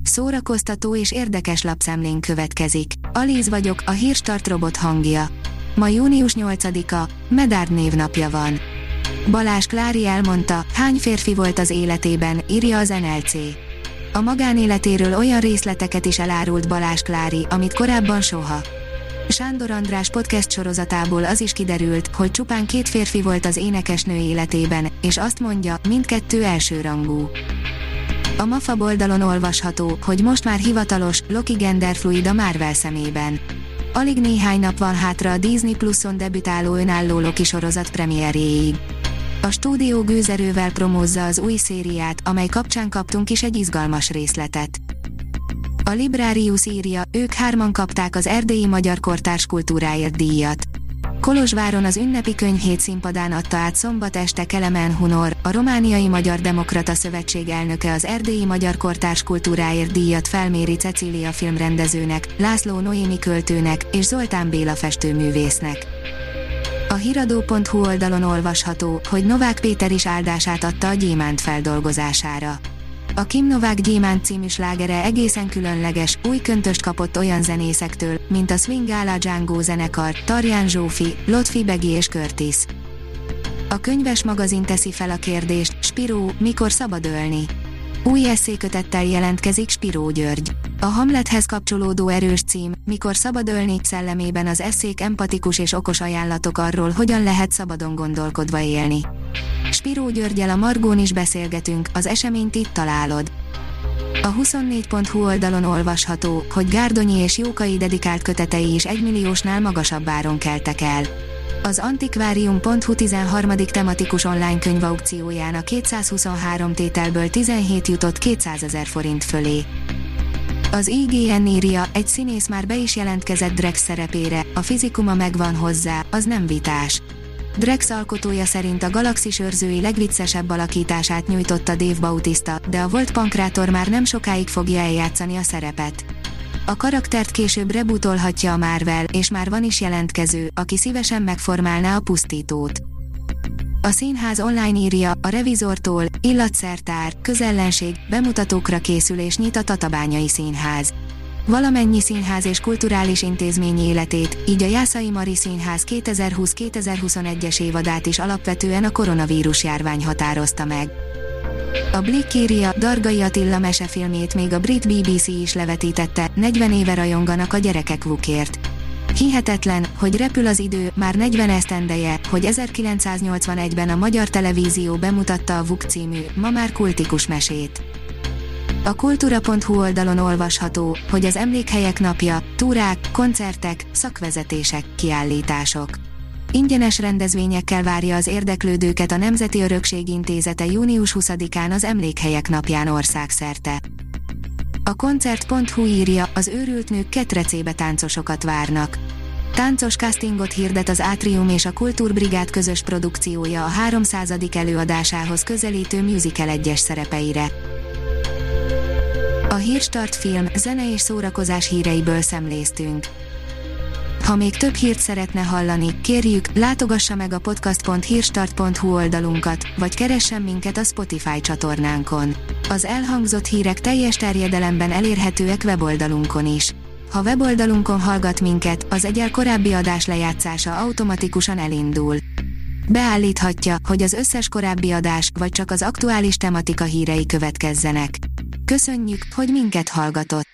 Szórakoztató és érdekes lapszemlén következik. Alíz vagyok, a Hírstart robot hangja. Ma június 8-a, Medard névnapja van. Balázs Klári elmondta, hány férfi volt az életében, írja az NLC. A magánéletéről olyan részleteket is elárult Balázs Klári, amit korábban soha. Sándor András podcast sorozatából az is kiderült, hogy csupán 2 férfi volt az énekesnő életében, és azt mondja, mindkettő elsőrangú. A MAFA oldalon olvasható, hogy most már hivatalos, Loki genderfluid a Marvel szemében. Alig néhány nap van hátra a Disney Pluson debütáló önálló Loki sorozat premierjéig. A stúdió gőzerővel promózza az új szériát, amely kapcsán kaptunk is egy izgalmas részletet. A Librarius írja, ők 3-an kapták az erdélyi magyar kortárs kultúráért díjat. Kolozsváron az ünnepi könyvhét színpadán adta át szombat este Kelemen Hunor, a Romániai Magyar Demokrata Szövetség elnöke az erdélyi magyar kortárs kultúráért díjat Felméri Cecília filmrendezőnek, László Noémi költőnek és Zoltán Béla festőművésznek. A hiradó.hu oldalon olvasható, hogy Novák Péter is áldását adta a gyémánt feldolgozására. A Kim Novák Gyémánt című slágere egészen különleges, új köntöst kapott olyan zenészektől, mint a Swing Gala Django zenekar, Tarján Zsófi, Lotfi Begi és Curtis. A könyves magazin teszi fel a kérdést, Spiró, mikor szabad ölni? Új esszékötettel jelentkezik Spiró György. A Hamlethez kapcsolódó erős cím, Mikor szabad ölni szellemében az esszék empatikus és okos ajánlatok arról, hogyan lehet szabadon gondolkodva élni. Spiró Györggyel a Margón is beszélgetünk, az eseményt itt találod. A 24.hu oldalon olvasható, hogy Gárdonyi és Jókai dedikált kötetei is 1 milliósnál magasabb áron keltek el. Az Antikvárium.hu 13. tematikus online könyvaukcióján a 223 tételből 17 jutott 200 000 forint fölé. Az IGN írja, egy színész már be is jelentkezett Drex szerepére, a fizikuma megvan hozzá, az nem vitás. Drex alkotója szerint a Galaxis őrzői legviccesebb alakítását nyújtotta Dave Bautista, de a volt pankrátor már nem sokáig fogja eljátszani a szerepet. A karaktert később rebootolhatja a Marvel, és már van is jelentkező, aki szívesen megformálná a pusztítót. A Színház online írja, a Revizortól, illatszertár, közellenség, bemutatókra készül és nyit a Tatabányai Színház. Valamennyi színház és kulturális intézmény életét, így a Jászai Mari Színház 2020-2021-es évadát is alapvetően a koronavírus járvány határozta meg. A Blick írja, Dargai Attila mesefilmjét még a brit BBC is levetítette, 40 éve rajonganak a gyerekek Vukért. Hihetetlen, hogy repül az idő, már 40 esztendeje, hogy 1981-ben a Magyar Televízió bemutatta a Vuk című, ma már kultikus mesét. A kultúra.hu oldalon olvasható, hogy az Emlékhelyek napja, túrák, koncertek, szakvezetések, kiállítások. Ingyenes rendezvényekkel várja az érdeklődőket a Nemzeti Örökség Intézete június 20-án az Emlékhelyek napján országszerte. A koncert.hu írja, az őrült nők ketrecébe táncosokat várnak. Táncos castingot hirdet az Átrium és a Kultúrbrigád közös produkciója a 300. előadásához közelítő musical egyes szerepeire. A Hírstart film, zene és szórakozás híreiből szemléztünk. Ha még több hírt szeretne hallani, kérjük, látogassa meg a podcast.hírstart.hu oldalunkat, vagy keressen minket a Spotify csatornánkon. Az elhangzott hírek teljes terjedelemben elérhetőek weboldalunkon is. Ha weboldalunkon hallgat minket, az egyel korábbi adás lejátszása automatikusan elindul. Beállíthatja, hogy az összes korábbi adás, vagy csak az aktuális tematika hírei következzenek. Köszönjük, hogy minket hallgatott!